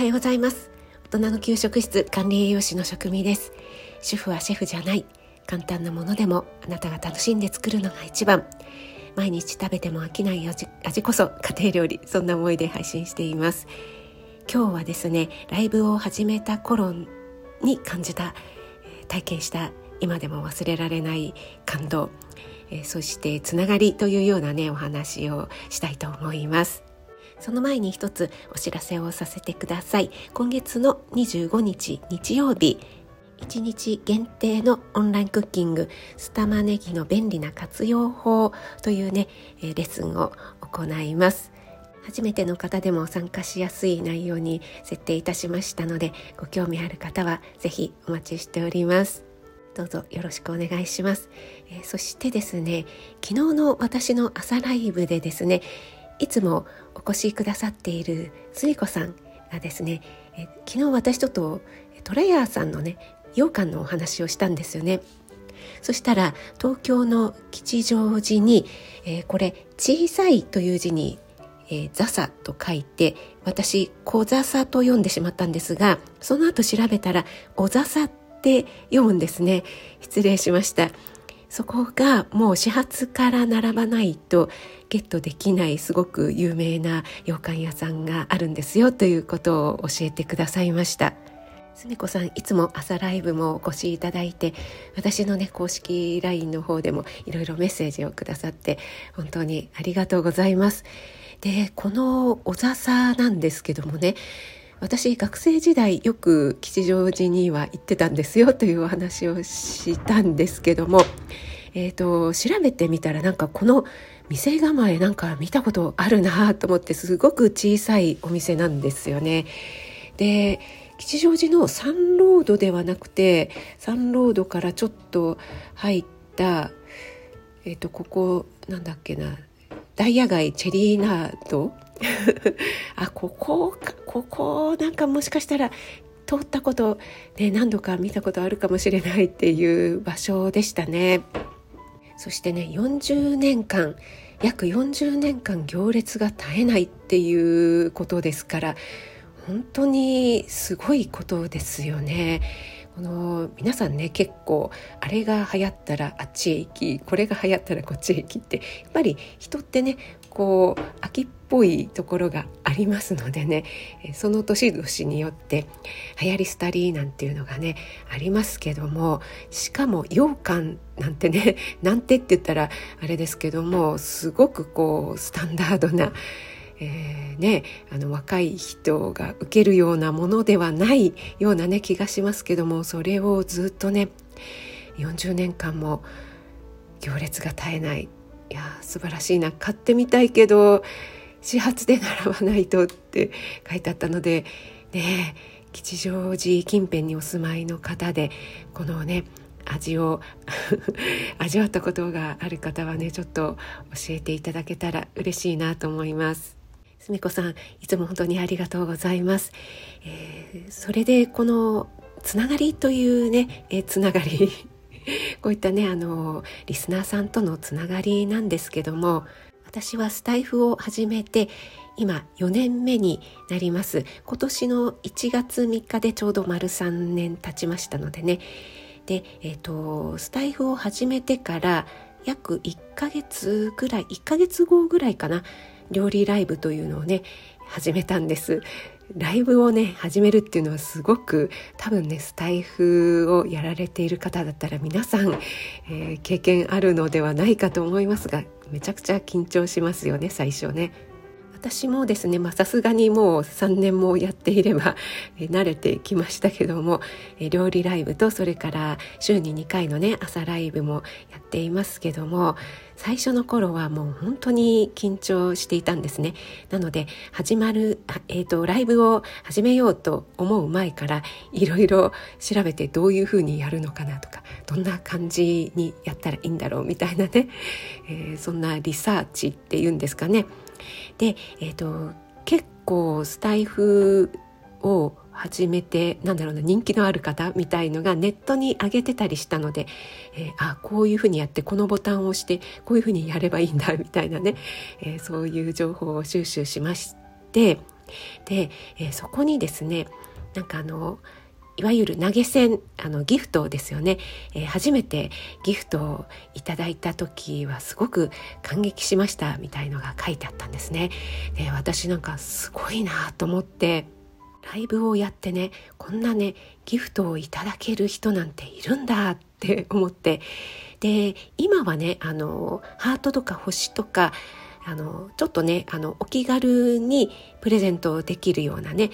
はようございます。大人の給食室管理栄養士の食味です。主婦はシェフじゃない。簡単なものでもあなたが楽しんで作るのが一番。毎日食べても飽きない味こそ家庭料理。そんな思いで配信しています。今日はですね、ライブを始めた頃に感じた、体験した今でも忘れられない感動、そしてつながりというようなねお話をしたいと思います。その前に一つお知らせをさせてください。今月の25日日曜日、1日限定のオンラインクッキング酢玉ねぎの便利な活用法というねレッスンを行います。初めての方でも参加しやすい内容に設定いたしましたので、ご興味ある方はぜひお待ちしております。どうぞよろしくお願いします。そしてですね、昨日の私の朝ライブでですね、いつもお越しくださっているすみこさんがですね、昨日私ちょっとトラヤーさんのね羊羹のお話をしたんですよね。そしたら東京の吉祥寺に、これ小さいという字に、ザサと書いて、私小笹と読んでしまったんですが、その後調べたらおざさって読むんですね。失礼しました。そこがもう始発から並ばないとゲットできないすごく有名な羊羹屋さんがあるんですよということを教えてくださいました。すみこさん、いつも朝ライブもお越しいただいて、私のね公式 LINE の方でもいろいろメッセージをくださって本当にありがとうございます。で、このおざさなんですけどもね、私学生時代よく吉祥寺には行ってたんですよというお話をしたんですけども、調べてみたらなんかこの店構えなんか見たことあるなと思って、すごく小さいお店なんですよね。で、吉祥寺のサンロードではなくて、サンロードからちょっと入った、ここなんだっけな、ダイヤ街チェリーナードあ、ここなんかもしかしたら通ったこと、ね、何度か見たことあるかもしれないっていう場所でしたね。そしてね、約40年間行列が絶えないっていうことですから、本当にすごいことですよね。皆さんね、結構あれが流行ったらあっちへ行き、これが流行ったらこっちへ行きって、やっぱり人ってねこう秋っぽいところがありますのでね、その年々によって流行り廃りなんていうのがねありますけども、しかも羊羹なんてね、なんてって言ったらあれですけども、すごくこうスタンダードな若い人が受けるようなものではないようなね気がしますけども、それをずっとね40年間も行列が絶えない。いや素晴らしいな、買ってみたいけど始発で並ばないとって書いてあったのでね、吉祥寺近辺にお住まいの方でこのね味を味わったことがある方はね、ちょっと教えていただけたら嬉しいなと思います。すみこさん、いつも本当にありがとうございます。それでこのつながりというね、つながりこういったねリスナーさんとのつながりなんですけども、私はスタイフを始めて今4年目になります。今年の1月3日でちょうど丸3年経ちましたのでね。で、スタイフを始めてから約1ヶ月後ぐらいかな、料理ライブというのをね始めたんです。ライブをね始めるっていうのはすごく、多分ねスタイフをやられている方だったら皆さん、経験あるのではないかと思いますが、めちゃくちゃ緊張しますよね、最初ね。私もですね、さすがにもう3年もやっていれば慣れてきましたけども、料理ライブとそれから週に2回のね朝ライブもやっていますけども、最初の頃はもう本当に緊張していたんですね。なのでライブを始めようと思う前からいろいろ調べて、どういうふうにやるのかなとか、どんな感じにやったらいいんだろうみたいなね、そんなリサーチっていうんですかね。で、結構スタイフを始めて人気のある方みたいのがネットに上げてたりしたので、こういうふうにやってこのボタンを押してこういうふうにやればいいんだみたいなね、そういう情報を収集しまして、で、そこにですね、なんかいわゆる投げ銭、ギフトですよね、初めてギフトをいただいた時はすごく感激しましたみたいのが書いてあったんですね。で、私なんかすごいなと思って、ライブをやってね、こんなねギフトをいただける人なんているんだって思って、で今はねハートとか星とかちょっとねお気軽にプレゼントできるようなね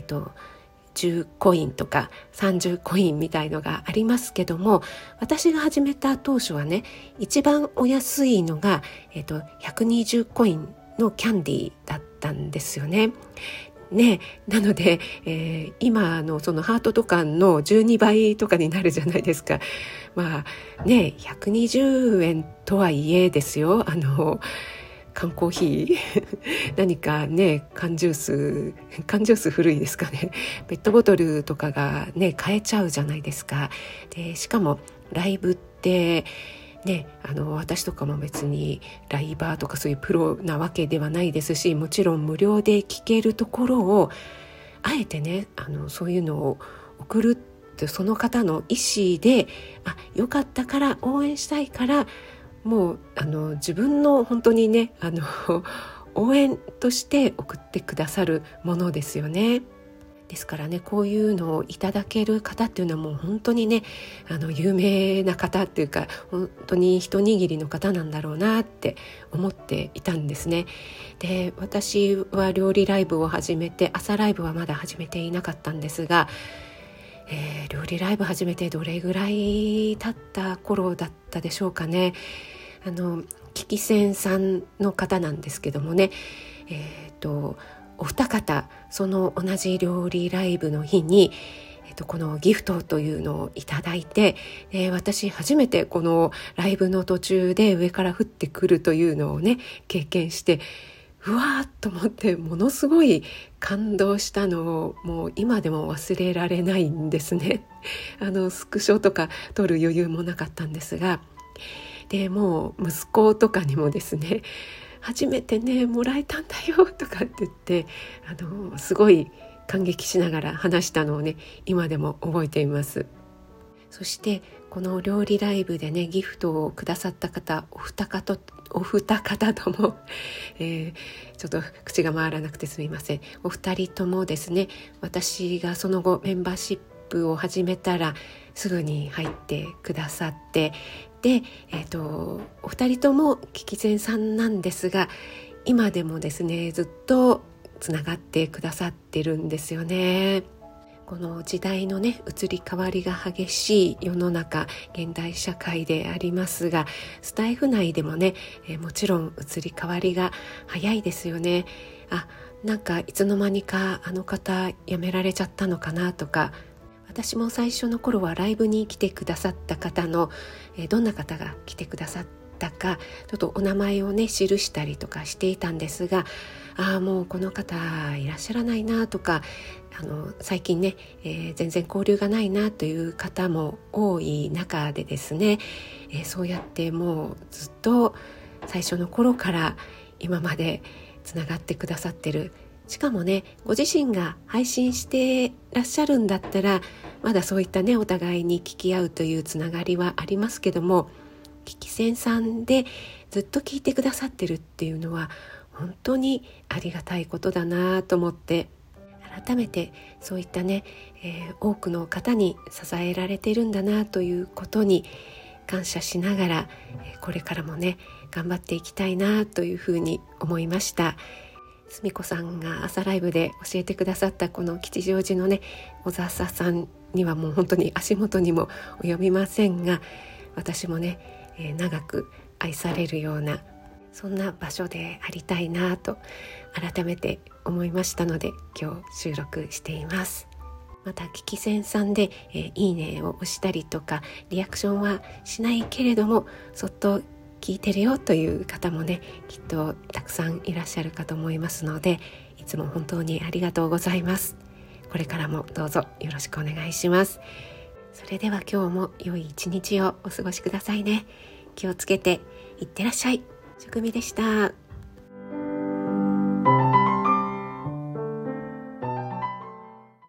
10コインとか30コインみたいのがありますけども、私が始めた当初はね一番お安いのが、120コインのキャンディーだったんですよね。なので、今のそのハートとかの12倍とかになるじゃないですか。まあね、120円とはいえですよ、缶コーヒー何かね缶ジュース古いですかね、ペットボトルとかがね買えちゃうじゃないですか。でしかもライブってね、私とかも別にライバーとかそういうプロなわけではないですし、もちろん無料で聞けるところをあえてねそういうのを送るってその方の意思でよかったから応援したいからもう自分の本当にね応援として送ってくださるものですよね。ですからね、こういうのをいただける方っていうのはもう本当にね有名な方っていうか本当に一握りの方なんだろうなって思っていたんですね。で私は料理ライブを始めて、朝ライブはまだ始めていなかったんですが、料理ライブ始めてどれぐらい経った頃だったでしょうかね。キキセンさんの方なんですけどもね、お二方その同じ料理ライブの日に、このギフトというのをいただいて、私初めてこのライブの途中で上から降ってくるというのをね経験して、うわーっと思ってものすごい感動したのをもう今でも忘れられないんですね。スクショとか撮る余裕もなかったんですが、でもう息子とかにもですね、初めてねもらえたんだよとかって言ってすごい感激しながら話したのをね今でも覚えています。そしてこの料理ライブでねギフトをくださった方お二方とも、ちょっと口が回らなくてすみません。お二人ともですね、私がその後メンバーシップを始めたらすぐに入ってくださって、で、お二人ともキキゼンさんなんですが、今でもですねずっとつながってくださってるんですよね。この時代のね移り変わりが激しい世の中、現代社会でありますが、スタイフ内でもね、もちろん移り変わりが早いですよね。なんかいつの間にかあの方辞められちゃったのかなとか、私も最初の頃はライブに来てくださった方の、どんな方が来てくださったかちょっとお名前をね記したりとかしていたんですが、もうこの方いらっしゃらないなとか、最近ね、全然交流がないなという方も多い中でですね、そうやってもうずっと最初の頃から今までつながってくださってる、しかもねご自身が配信してらっしゃるんだったらまだそういったねお互いに聞き合うというつながりはありますけども、キキセンさんでずっと聞いてくださってるっていうのは本当にありがたいことだなと思って、改めてそういったね、多くの方に支えられているんだなということに感謝しながら、これからもね頑張っていきたいなというふうに思いました。すみこさんが朝ライブで教えてくださったこの吉祥寺のね小笹さんにはもう本当に足元にも及びませんが、私もね、長く愛されるようなそんな場所でありたいなと改めて思いましたので今日収録しています。またキキセンさんで、いいねを押したりとかリアクションはしないけれどもそっと聞いてるよという方もねきっとたくさんいらっしゃるかと思いますので、いつも本当にありがとうございます。これからもどうぞよろしくお願いします。それでは今日も良い一日をお過ごしくださいね。気をつけていってらっしゃい。しょくみでした。